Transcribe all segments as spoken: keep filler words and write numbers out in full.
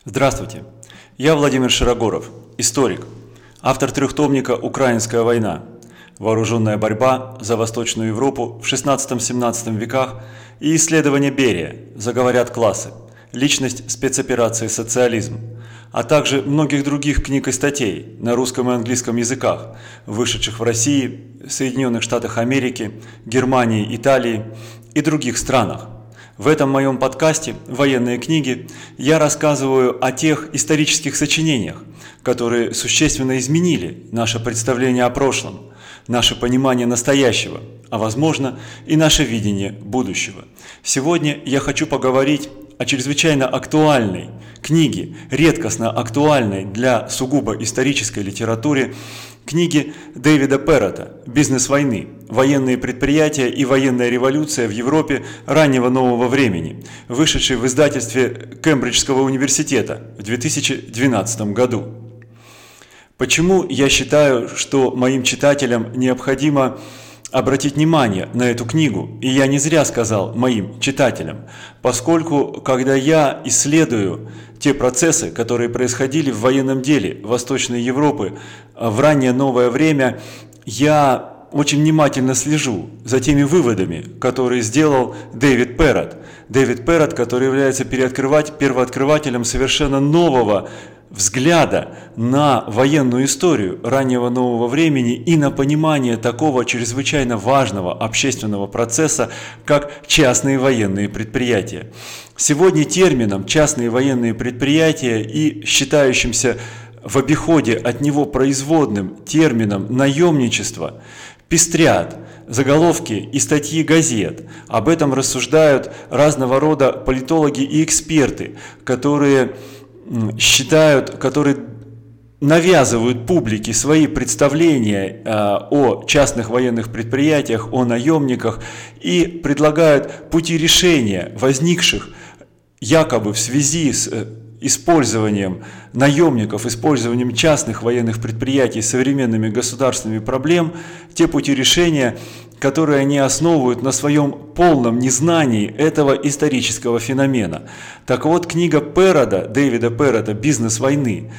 Здравствуйте, я Владимир Широгоров, историк, автор трехтомника «Украинская война. Вооруженная борьба за Восточную Европу в шестнадцатом-семнадцатом веках» и исследование Берия «Заговорят классы. Личность спецоперации «Социализм», а также многих других книг и статей на русском и английском языках, вышедших в России, Соединенных Штатах Америки, Германии, Италии и других странах. В этом моем подкасте «Военные книги» я рассказываю о тех исторических сочинениях, которые существенно изменили наше представление о прошлом, наше понимание настоящего, а возможно и наше видение будущего. Сегодня я хочу поговорить о чрезвычайно актуальной книге, редкостно актуальной для сугубо исторической литературы, книги Дэвида Перрота «Бизнес войны. Военные предприятия и военная революция в Европе раннего нового времени», вышедшей в издательстве Кембриджского университета в две тысячи двенадцатом году. Почему я считаю, что моим читателям необходимо обратить внимание на эту книгу, и я не зря сказал «моим читателям», поскольку, когда я исследую те процессы, которые происходили в военном деле Восточной Европы в раннее новое время, я очень внимательно слежу за теми выводами, которые сделал Дэвид Перрот. Дэвид Перрот, который является первооткрывателем совершенно нового взгляда на военную историю раннего нового времени и на понимание такого чрезвычайно важного общественного процесса, как частные военные предприятия. Сегодня термином «частные военные предприятия» и считающимся в обиходе от него производным термином «наемничество» пестрят заголовки и статьи газет. Об этом рассуждают разного рода политологи и эксперты, которые считают, которые навязывают публике свои представления о частных военных предприятиях, о наемниках и предлагают пути решения возникших якобы в связи с использованием наемников, использованием частных военных предприятий современными государственными проблем, те пути решения, которые они основывают на своем полном незнании этого исторического феномена. Так вот, книга Перрота, Дэвида Перрота «Бизнес войны»,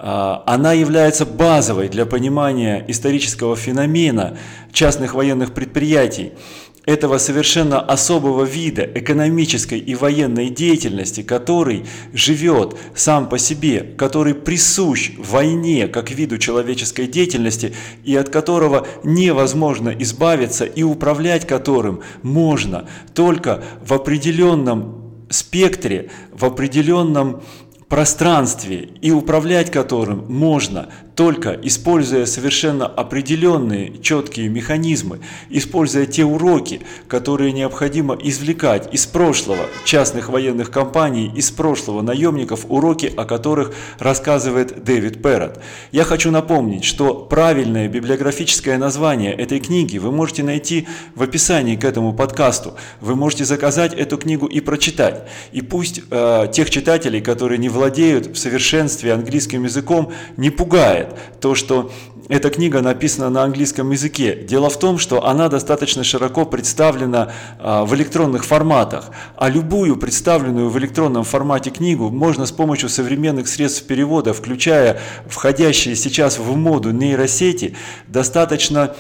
она является базовой для понимания исторического феномена частных военных предприятий, этого совершенно особого вида экономической и военной деятельности, который живет сам по себе, который присущ войне как виду человеческой деятельности и от которого невозможно избавиться и управлять которым можно только в определенном спектре, в определенном пространстве и управлять которым можно только используя совершенно определенные четкие механизмы, используя те уроки, которые необходимо извлекать из прошлого частных военных компаний, из прошлого наемников, уроки, о которых рассказывает Дэвид Перрот. Я хочу напомнить, что правильное библиографическое название этой книги вы можете найти в описании к этому подкасту. Вы можете заказать эту книгу и прочитать. И пусть э, тех читателей, которые не владеют в совершенстве английским языком, не пугает то, что эта книга написана на английском языке. Дело в том, что она достаточно широко представлена а, в электронных форматах, а любую представленную в электронном формате книгу можно с помощью современных средств перевода, включая входящие сейчас в моду нейросети, достаточно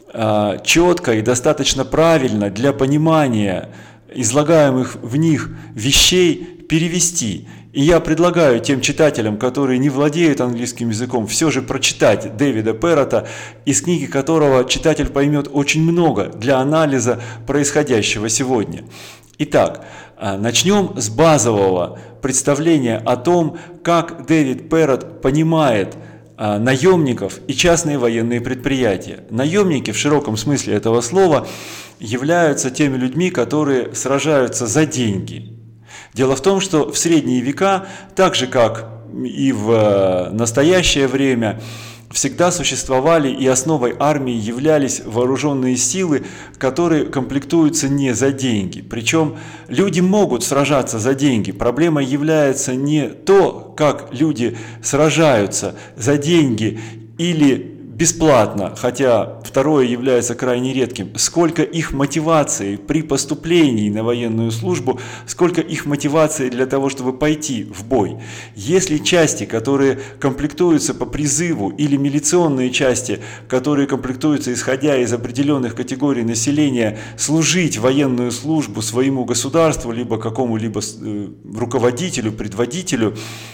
а, четко и достаточно правильно для понимания излагаемых в них вещей перевести. И я предлагаю тем читателям, которые не владеют английским языком, все же прочитать Дэвида Перрота, из книги которого читатель поймет очень много для анализа происходящего сегодня. Итак, начнем с базового представления о том, как Дэвид Перрот понимает наемников и частные военные предприятия. Наемники в широком смысле этого слова являются теми людьми, которые сражаются за деньги. Дело в том, что в средние века, так же как и в настоящее время, всегда существовали и основой армии являлись вооруженные силы, которые комплектуются не за деньги. Причем люди могут сражаться за деньги. Проблемой является не то, как люди сражаются за деньги или бесплатно, хотя второе является крайне редким, сколько их мотивации при поступлении на военную службу, сколько их мотивации для того, чтобы пойти в бой. Если части, которые комплектуются по призыву, или милиционные части, которые комплектуются исходя из определенных категорий населения, служить военную службу своему государству, либо какому-либо руководителю, предводителю,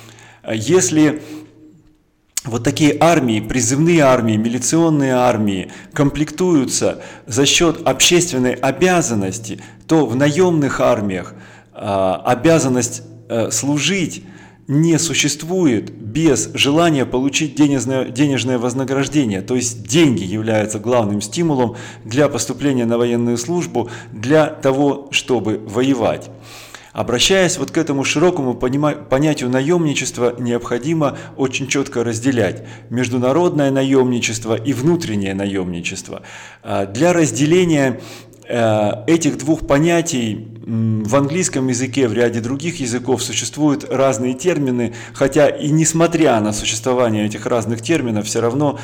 если вот такие армии, призывные армии, милиционные армии комплектуются за счет общественной обязанности, то в наемных армиях а, обязанность а, служить не существует без желания получить денежное, денежное вознаграждение. То есть деньги являются главным стимулом для поступления на военную службу, для того, чтобы воевать. Обращаясь вот к этому широкому понятию наемничества, необходимо очень четко разделять международное наемничество и внутреннее наемничество. Для разделения этих двух понятий в английском языке, в ряде других языков существуют разные термины, хотя и несмотря на существование этих разных терминов, все равно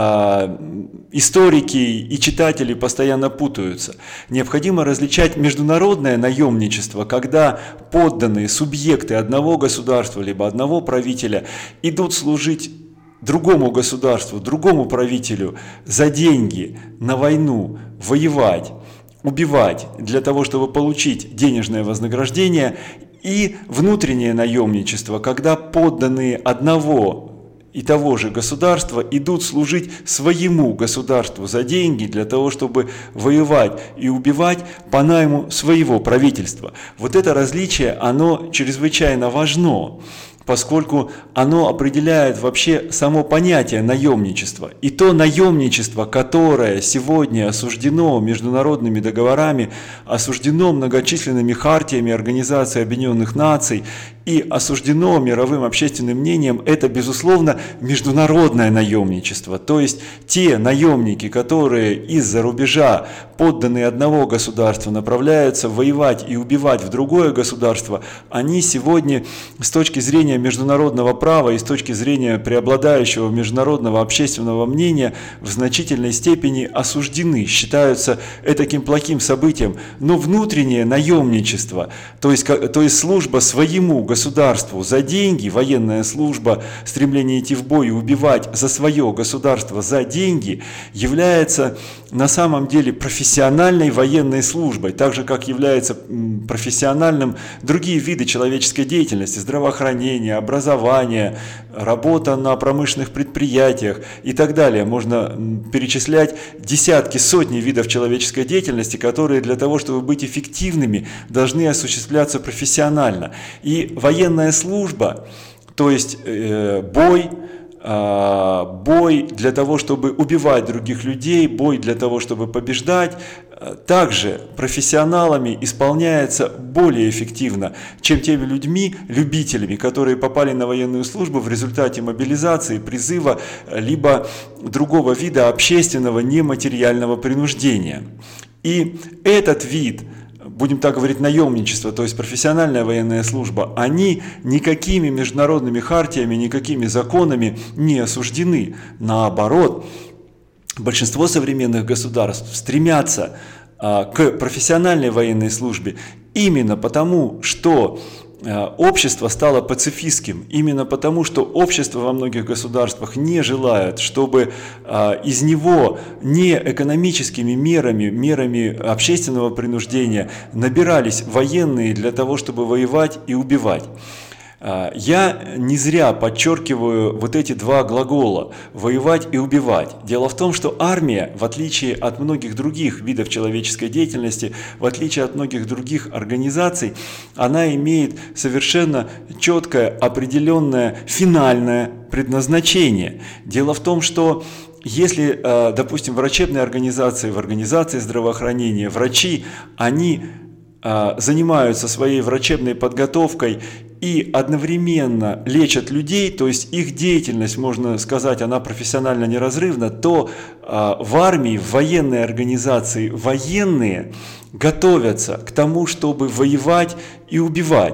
э, историки и читатели постоянно путаются. Необходимо различать международное наемничество, когда подданные субъекты одного государства либо одного правителя идут служить другому государству, другому правителю за деньги на войну, воевать, убивать для того, чтобы получить денежное вознаграждение, и внутреннее наемничество, когда подданные одного и того же государства идут служить своему государству за деньги для того, чтобы воевать и убивать по найму своего правительства. Вот это различие, оно чрезвычайно важно, поскольку оно определяет вообще само понятие наемничества. И то наемничество, которое сегодня осуждено международными договорами, осуждено многочисленными хартиями Организации Объединенных Наций и осуждено мировым общественным мнением, это, безусловно, международное наемничество. То есть те наемники, которые из-за рубежа, подданные одного государства, направляются воевать и убивать в другое государство, они сегодня с точки зрения международного права и с точки зрения преобладающего международного общественного мнения в значительной степени осуждены, считаются этаким плохим событием. Но внутреннее наемничество, то есть, то есть служба своему государству за деньги, военная служба, стремление идти в бой и убивать за свое государство за деньги, является на самом деле профессиональной военной службой, так же как является профессиональным другие виды человеческой деятельности, здравоохранение, образование, работа на промышленных предприятиях и так далее. Можно перечислять десятки, сотни видов человеческой деятельности, которые для того, чтобы быть эффективными, должны осуществляться профессионально. И военная служба, то есть э, бой, бой для того, чтобы убивать других людей, бой для того, чтобы побеждать, также профессионалами исполняется более эффективно, чем теми людьми, любителями, которые попали на военную службу в результате мобилизации, призыва, либо другого вида общественного нематериального принуждения. И этот вид, будем так говорить, наемничество, то есть профессиональная военная служба, они никакими международными хартиями, никакими законами не осуждены. Наоборот, большинство современных государств стремятся а, к профессиональной военной службе именно потому, что общество стало пацифистским, именно потому, что общество во многих государствах не желает, чтобы а, из него не экономическими мерами, мерами общественного принуждения набирались военные для того, чтобы воевать и убивать. Я не зря подчеркиваю вот эти два глагола «воевать» и «убивать». Дело в том, что армия, в отличие от многих других видов человеческой деятельности, в отличие от многих других организаций, она имеет совершенно четкое, определенное, финальное предназначение. Дело в том, что если, допустим, врачебные организации, в организации здравоохранения, врачи, они занимаются своей врачебной подготовкой и одновременно лечат людей, то есть их деятельность, можно сказать, она профессионально неразрывна, то в армии, в военной организации военные готовятся к тому, чтобы воевать и убивать.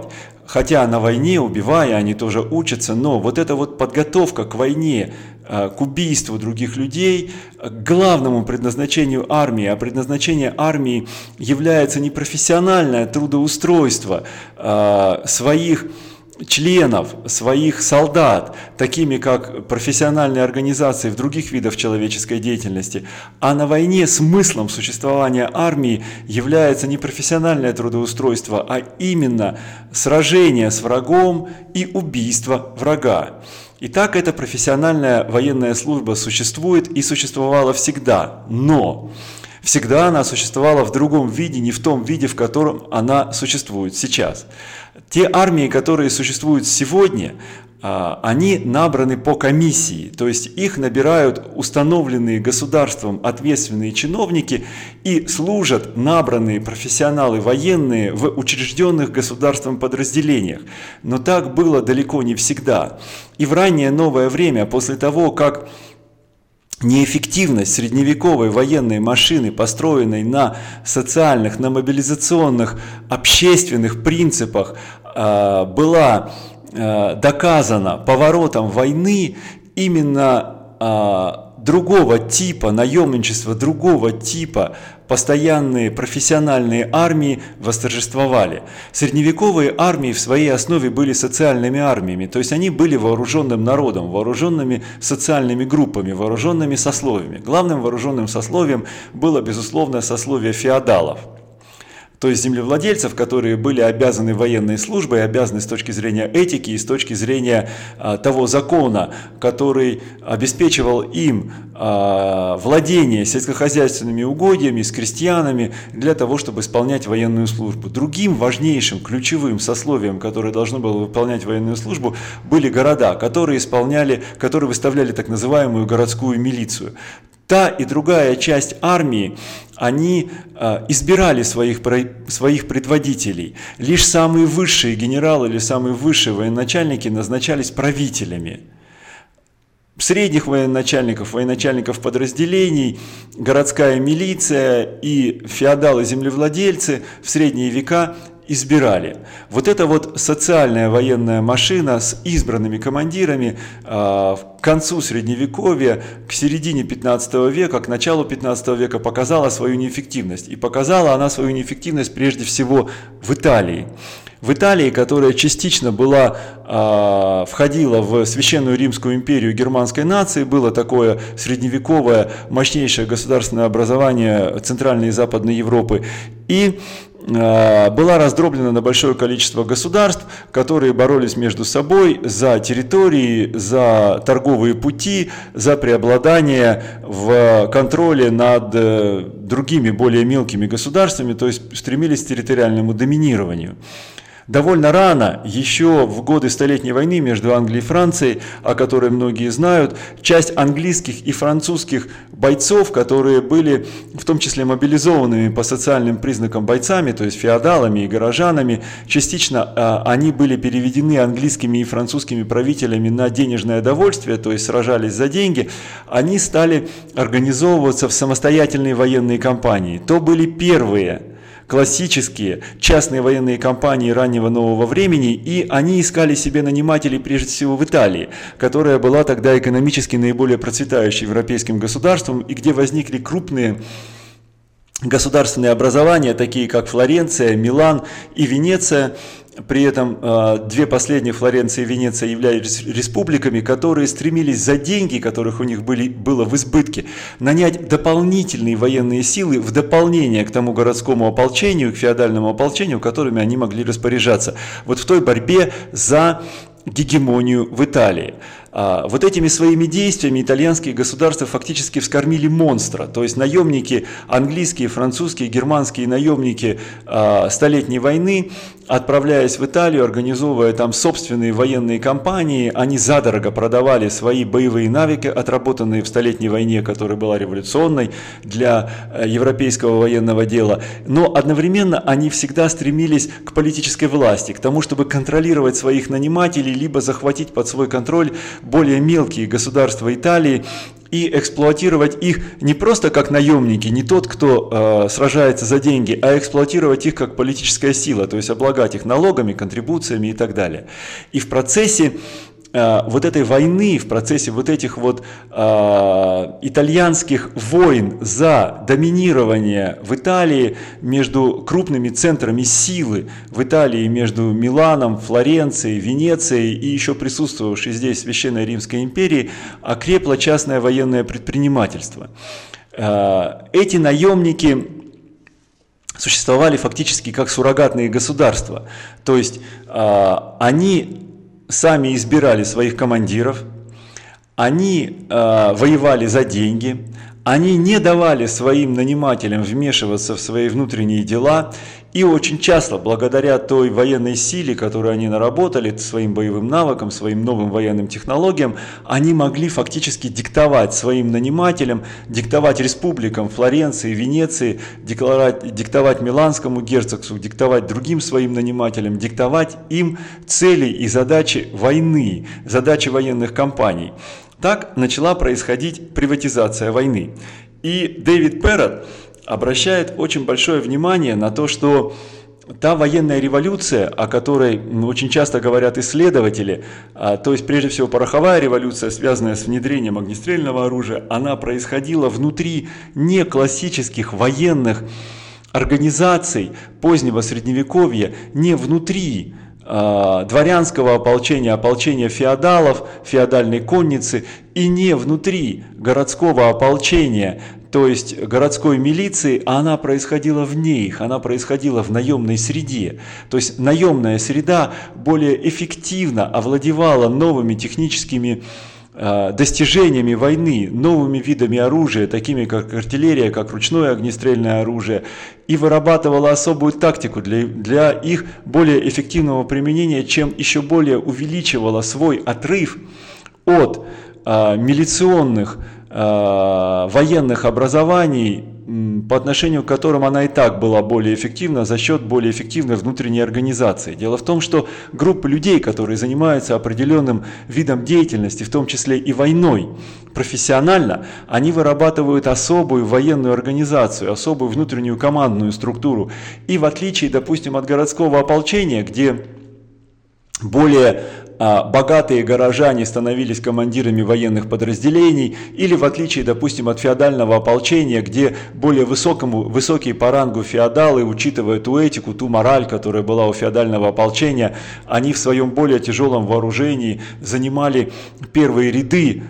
хотя на войне, убивая, они тоже учатся, но вот эта вот подготовка к войне, к убийству других людей, к главному предназначению армии, а предназначение армии является не профессиональное трудоустройство своих членов, своих солдат, такими как профессиональные организации в других видах человеческой деятельности, а на войне смыслом существования армии является не профессиональное трудоустройство, а именно сражение с врагом и убийство врага. Итак, эта профессиональная военная служба существует и существовала всегда, но всегда она существовала в другом виде, не в том виде, в котором она существует сейчас. Те армии, которые существуют сегодня, они набраны по комиссии, то есть их набирают установленные государством ответственные чиновники и служат набранные профессионалы военные в учрежденных государством подразделениях. Но так было далеко не всегда. И в раннее новое время, после того, как неэффективность средневековой военной машины, построенной на социальных, на мобилизационных, общественных принципах, была доказана поворотом войны, именно другого типа наемничества, другого типа постоянные профессиональные армии восторжествовали. Средневековые армии в своей основе были социальными армиями, то есть они были вооруженным народом, вооруженными социальными группами, вооруженными сословиями. Главным вооруженным сословием было, безусловно, сословие феодалов. То есть землевладельцев, которые были обязаны военной службой, обязаны с точки зрения этики и с точки зрения а, того закона, который обеспечивал им а, владение сельскохозяйственными угодьями с крестьянами для того, чтобы исполнять военную службу. Другим важнейшим, ключевым сословием, которое должно было выполнять военную службу, были города, которые исполняли, которые выставляли так называемую городскую милицию. Та и другая часть армии, они э, избирали своих, своих предводителей. Лишь самые высшие генералы или самые высшие военачальники назначались правителями. Средних военачальников, военачальников подразделений, городская милиция и феодалы-землевладельцы в средние века избирали. Вот эта вот социальная военная машина с избранными командирами э, к концу Средневековья, к середине пятнадцатого века, к началу пятнадцатого века показала свою неэффективность. И показала она свою неэффективность прежде всего в Италии. В Италии, которая частично была, э, входила в Священную Римскую империю германской нации, было такое средневековое мощнейшее государственное образование Центральной и Западной Европы. И была раздроблена на большое количество государств, которые боролись между собой за территории, за торговые пути, за преобладание в контроле над другими более мелкими государствами, то есть стремились к территориальному доминированию. Довольно рано, еще в годы Столетней войны между Англией и Францией, о которой многие знают, часть английских и французских бойцов, которые были в том числе мобилизованными по социальным признакам бойцами, то есть феодалами и горожанами, частично а, они были переведены английскими и французскими правителями на денежное довольствие, то есть сражались за деньги, они стали организовываться в самостоятельные военные компании. То были первые классические частные военные компании раннего нового времени, и они искали себе нанимателей прежде всего в Италии, которая была тогда экономически наиболее процветающей европейским государством, и где возникли крупные государственные образования, такие как Флоренция, Милан и Венеция. При этом две последних, Флоренция и Венеция, являлись республиками, которые стремились за деньги, которых у них были, было в избытке, нанять дополнительные военные силы в дополнение к тому городскому ополчению, к феодальному ополчению, которыми они могли распоряжаться. Вот в той борьбе за гегемонию в Италии. Вот этими своими действиями итальянские государства фактически вскормили монстра, то есть наемники, английские, французские, германские наемники Столетней войны, отправляясь в Италию, организовывая там собственные военные кампании, они задорого продавали свои боевые навыки, отработанные в Столетней войне, которая была революционной для европейского военного дела, но одновременно они всегда стремились к политической власти, к тому, чтобы контролировать своих нанимателей либо захватить под свой контроль более мелкие государства Италии и эксплуатировать их не просто как наемники, не тот, кто э, сражается за деньги, а эксплуатировать их как политическая сила, то есть облагать их налогами, контрибуциями и так далее. И в процессе э, вот этой войны, в процессе вот этих вот э, итальянских войн за доминирование в Италии между крупными центрами силы, в Италии между Миланом, Флоренцией, Венецией и еще присутствовавшей здесь Священной Римской империей, окрепло частное военное предпринимательство. Э, эти наемники существовали фактически как суррогатные государства, то есть э, они сами избирали своих командиров, они э, воевали за деньги, они не давали своим нанимателям вмешиваться в свои внутренние дела, и очень часто, благодаря той военной силе, которую они наработали, своим боевым навыкам, своим новым военным технологиям, они могли фактически диктовать своим нанимателям, диктовать республикам Флоренции, Венеции, диктовать, диктовать Миланскому герцогству, диктовать другим своим нанимателям, диктовать им цели и задачи войны, задачи военных кампаний. Так начала происходить приватизация войны. И Дэвид Перрот обращает очень большое внимание на то, что та военная революция, о которой очень часто говорят исследователи, то есть прежде всего пороховая революция, связанная с внедрением огнестрельного оружия, она происходила внутри не классических военных организаций позднего Средневековья, не внутри дворянского ополчения, ополчения феодалов, феодальной конницы, и не внутри городского ополчения, то есть городской милиции, а она происходила вне их, она происходила в наемной среде. То есть наемная среда более эффективно овладевала новыми техническими достижениями войны, новыми видами оружия, такими как артиллерия, как ручное огнестрельное оружие, и вырабатывала особую тактику для, для их более эффективного применения, чем еще более увеличивала свой отрыв от а, милиционных а, военных образований, по отношению к которым она и так была более эффективна за счет более эффективной внутренней организации. Дело в том, что группы людей, которые занимаются определенным видом деятельности, в том числе и войной, профессионально, они вырабатывают особую военную организацию, особую внутреннюю командную структуру. И в отличие, допустим, от городского ополчения, где более богатые горожане становились командирами военных подразделений, или в отличие, допустим, от феодального ополчения, где более высокому, высокие по рангу феодалы, учитывая ту этику, ту мораль, которая была у феодального ополчения, они в своем более тяжелом вооружении занимали первые ряды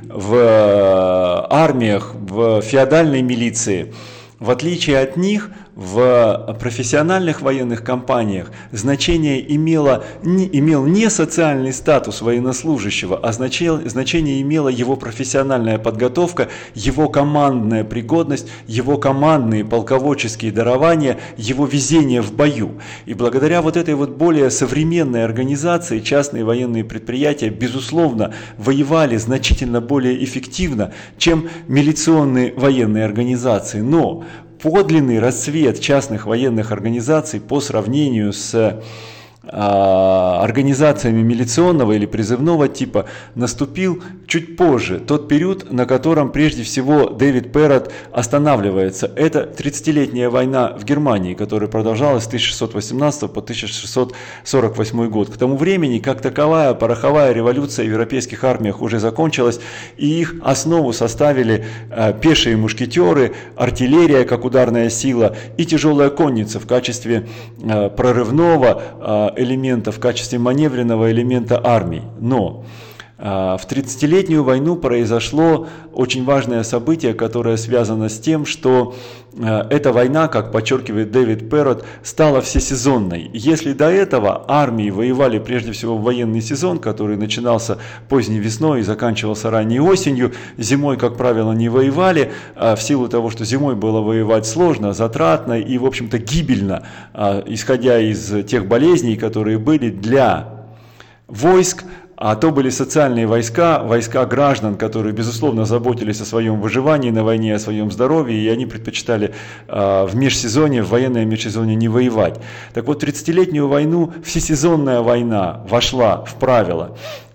в армиях, в феодальной милиции. В отличие от них, в профессиональных военных компаниях значение имело, не, имел не социальный статус военнослужащего, а значение, значение имела его профессиональная подготовка, его командная пригодность, его командные полководческие дарования, его везение в бою. И благодаря вот этой вот более современной организации частные военные предприятия, безусловно, воевали значительно более эффективно, чем милиционные военные организации. Но подлинный расцвет частных военных организаций по сравнению с а, организациями милиционного или призывного типа наступил чуть позже, тот период, на котором прежде всего Дэвид Перрот останавливается. Это тридцатилетняя война в Германии, которая продолжалась с тысяча шестьсот восемнадцатого по тысяча шестьсот сорок восьмой год. К тому времени, как таковая пороховая революция в европейских армиях уже закончилась, и их основу составили а, пешие мушкетеры, артиллерия как ударная сила и тяжелая конница в качестве а, прорывного а, элемента, в качестве маневренного элемента армий. Но в тридцатилетнюю войну произошло очень важное событие, которое связано с тем, что эта война, как подчеркивает Дэвид Перрот, стала всесезонной. Если до этого армии воевали прежде всего в военный сезон, который начинался поздней весной и заканчивался ранней осенью, зимой, как правило, не воевали, в силу того, что зимой было воевать сложно, затратно и, в общем-то, гибельно, исходя из тех болезней, которые были для войск. А то были социальные войска, войска граждан, которые, безусловно, заботились о своем выживании на войне, о своем здоровье, и они предпочитали э, в межсезонье, в военное межсезонье не воевать. Так вот, тридцатилетнюю войну, всесезонная война вошла в правила.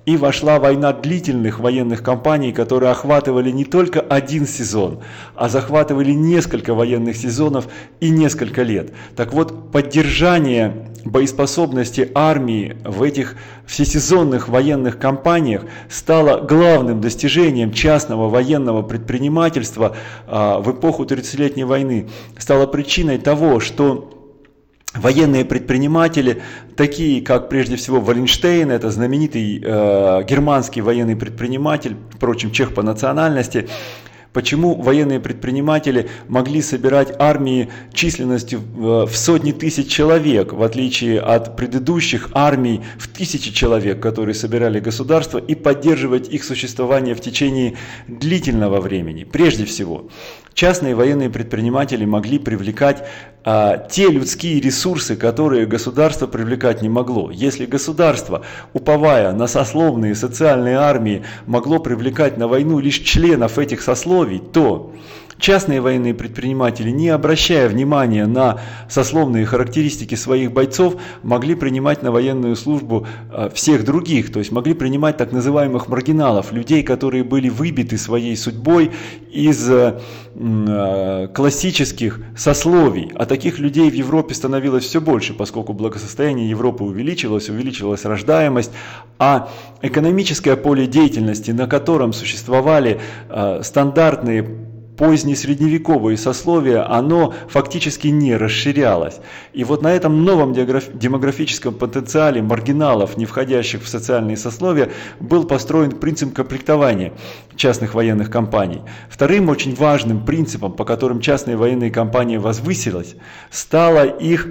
И вошла война длительных военных кампаний, которые охватывали не только один сезон, а захватывали несколько военных сезонов и несколько лет. Так вот, поддержание боеспособности армии в этих всесезонных военных кампаниях стало главным достижением частного военного предпринимательства в эпоху тридцатилетней войны, стало причиной того, что военные предприниматели, такие как прежде всего Валенштейн, это знаменитый э, германский военный предприниматель, впрочем, чех по национальности. Почему военные предприниматели могли собирать армии численностью в сотни тысяч человек, в отличие от предыдущих армий в тысячи человек, которые собирали государство, и поддерживать их существование в течение длительного времени? Прежде всего, частные военные предприниматели могли привлекать а, те людские ресурсы, которые государство привлекать не могло. Если государство, уповая на сословные социальные армии, могло привлекать на войну лишь членов этих сословий, то частные военные предприниматели, не обращая внимания на сословные характеристики своих бойцов, могли принимать на военную службу всех других, то есть могли принимать так называемых маргиналов, людей, которые были выбиты своей судьбой из классических сословий. А таких людей в Европе становилось все больше, поскольку благосостояние Европы увеличивалось, увеличивалась рождаемость, а экономическое поле деятельности, на котором существовали стандартные позднесредневековые сословия, оно фактически не расширялось. И вот на этом новом демографическом потенциале маргиналов, не входящих в социальные сословия, был построен принцип комплектования частных военных компаний. Вторым очень важным принципом, по которым частные военные компании возвысилась, стала их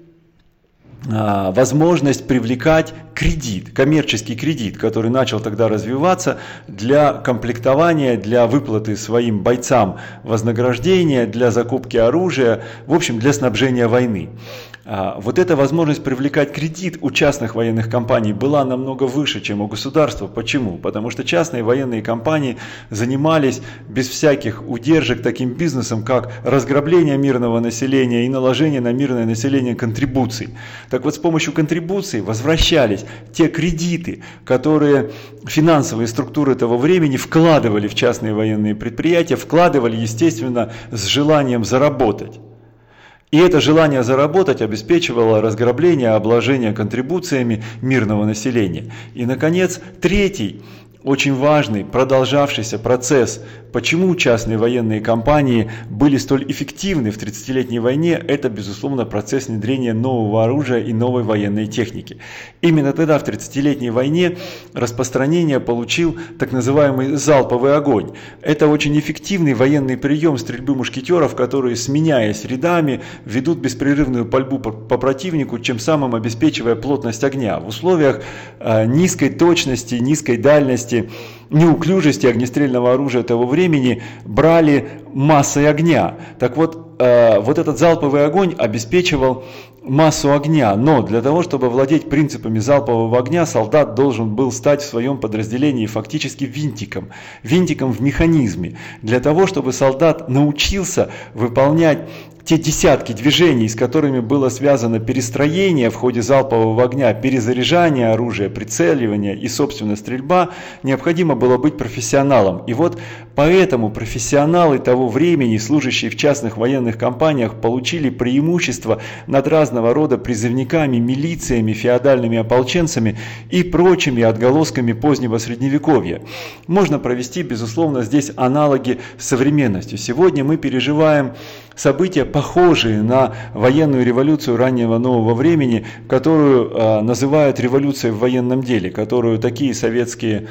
возможность привлекать кредит, коммерческий кредит, который начал тогда развиваться для комплектования, для выплаты своим бойцам вознаграждения, для закупки оружия, в общем, для снабжения войны. Вот эта возможность привлекать кредит у частных военных компаний была намного выше, чем у государства. Почему? Потому что частные военные компании занимались без всяких удержек таким бизнесом, как разграбление мирного населения и наложение на мирное население контрибуций. Так вот, с помощью контрибуций возвращались те кредиты, которые финансовые структуры того времени вкладывали в частные военные предприятия, вкладывали, естественно, с желанием заработать. И это желание заработать обеспечивало разграбление, обложение контрибуциями мирного населения. И, наконец, третий, очень важный, продолжавшийся процесс, почему частные военные компании были столь эффективны в тридцатилетней войне, это, безусловно, процесс внедрения нового оружия и новой военной техники. Именно тогда, в тридцатилетней войне, распространение получил так называемый залповый огонь. Это очень эффективный военный прием стрельбы мушкетеров, которые, сменяясь рядами, ведут беспрерывную пальбу по, по противнику, чем самым обеспечивая плотность огня. В условиях э, низкой точности, низкой дальности, неуклюжести огнестрельного оружия того времени брали массой огня. Так вот, э, вот этот залповый огонь обеспечивал массу огня, но для того, чтобы владеть принципами залпового огня, солдат должен был стать в своем подразделении фактически винтиком, винтиком в механизме. Для того, чтобы солдат научился выполнять те десятки движений, с которыми было связано перестроение в ходе залпового огня, перезаряжание оружия, прицеливание и, собственно, стрельба, необходимо было быть профессионалом. И вот поэтому профессионалы того времени, служащие в частных военных компаниях, получили преимущество над разного рода призывниками, милициями, феодальными ополченцами и прочими отголосками позднего средневековья. Можно провести, безусловно, здесь аналоги с современностью. Сегодня мы переживаем события, похожие на военную революцию раннего нового времени, которую э, называют революцией в военном деле, которую такие советские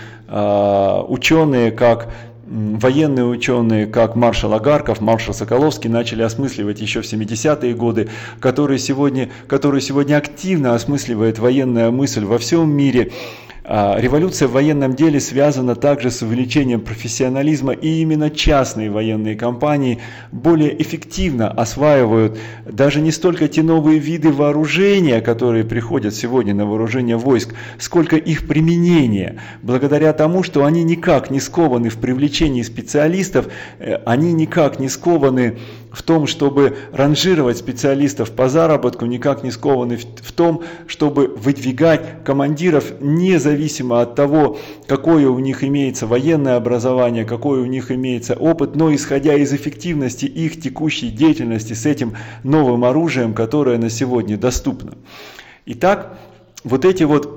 э, ученые, как военные ученые, как маршал Агарков, маршал Соколовский, начали осмысливать еще в семидесятые годы, которые сегодня, которые сегодня активно осмысливает военная мысль во всем мире. Революция в военном деле связана также с увеличением профессионализма, и именно частные военные компании более эффективно осваивают даже не столько те новые виды вооружения, которые приходят сегодня на вооружение войск, сколько их применение. Благодаря тому, что они никак не скованы в привлечении специалистов, они никак не скованы в том, чтобы ранжировать специалистов по заработку, никак не скованы в том, чтобы выдвигать командиров независимо от того, какое у них имеется военное образование, какой у них имеется опыт, но исходя из эффективности их текущей деятельности с этим новым оружием, которое на сегодня доступно. Итак, вот эти вот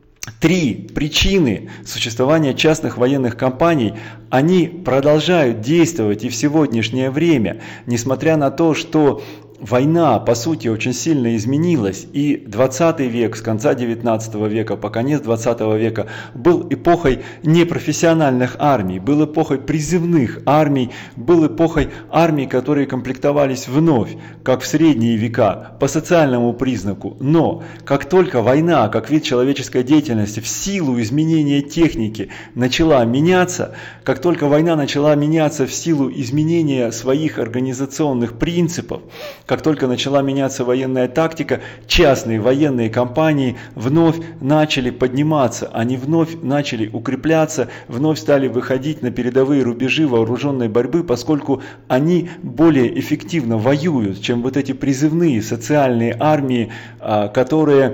три причины существования частных военных компаний, они продолжают действовать и в сегодняшнее время, несмотря на то, что война, по сути, очень сильно изменилась, и двадцатый век, с конца девятнадцатого века по конец двадцатого века был эпохой непрофессиональных армий, был эпохой призывных армий, был эпохой армий, которые комплектовались вновь, как в средние века, по социальному признаку. Но как только война, как вид человеческой деятельности, в силу изменения техники начала меняться, как только война начала меняться в силу изменения своих организационных принципов, как только начала меняться военная тактика, частные военные компании вновь начали подниматься, они вновь начали укрепляться, вновь стали выходить на передовые рубежи вооруженной борьбы, поскольку они более эффективно воюют, чем вот эти призывные социальные армии, которые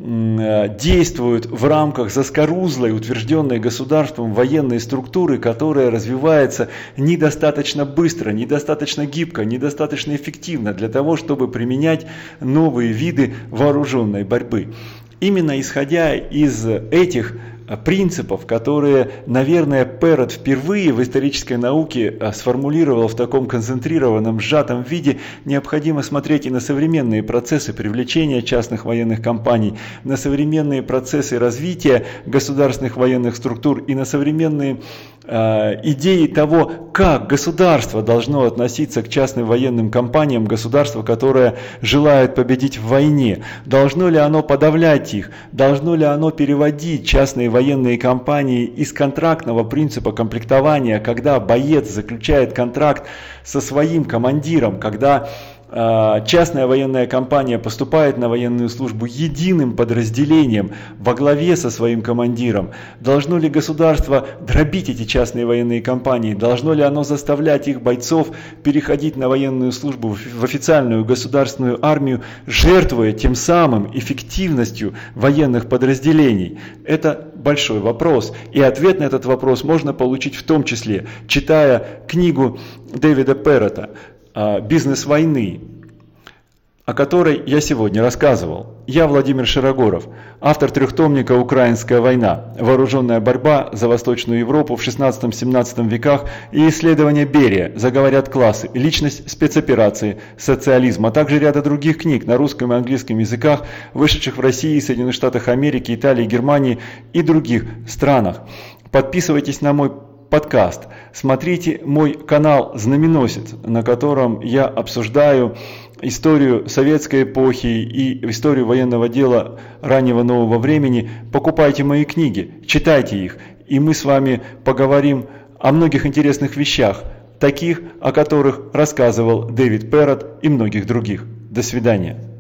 действуют в рамках заскорузлой, утвержденной государством военной структуры, которая развивается недостаточно быстро, недостаточно гибко, недостаточно эффективно для того, чтобы применять новые виды вооруженной борьбы. Именно исходя из этих принципов, которые, наверное, Перот впервые в исторической науке сформулировал в таком концентрированном, сжатом виде, необходимо смотреть и на современные процессы привлечения частных военных компаний, на современные процессы развития государственных военных структур и на современные э, идеи того, как государство должно относиться к частным военным компаниям, государство, которое желает победить в войне. Должно ли оно подавлять их? Должно ли оно переводить частные военные компании из контрактного принципа комплектования, когда боец заключает контракт со своим командиром, когда э, частная военная компания поступает на военную службу единым подразделением во главе со своим командиром? Должно ли государство дробить эти частные военные компании? Должно ли оно заставлять их бойцов переходить на военную службу в официальную государственную армию, жертвуя тем самым эффективностью военных подразделений? Это большой вопрос. И ответ на этот вопрос можно получить в том числе, читая книгу Дэвида Перрота «Бизнес войны», о которой я сегодня рассказывал. Я Владимир Широгоров, автор трехтомника «Украинская война. Вооруженная борьба за Восточную Европу в шестнадцатом-семнадцатом веках» и исследования Берия «Заговорят классы. Личность спецоперации. Социализм», а также ряда других книг на русском и английском языках, вышедших в России, Соединенных Штатах Америки, Италии, Германии и других странах. Подписывайтесь на мой подкаст, смотрите мой канал «Знаменосец», на котором я обсуждаю историю советской эпохи и историю военного дела раннего нового времени. Покупайте мои книги, читайте их, и мы с вами поговорим о многих интересных вещах, таких, о которых рассказывал Дэвид Перрот и многих других. До свидания.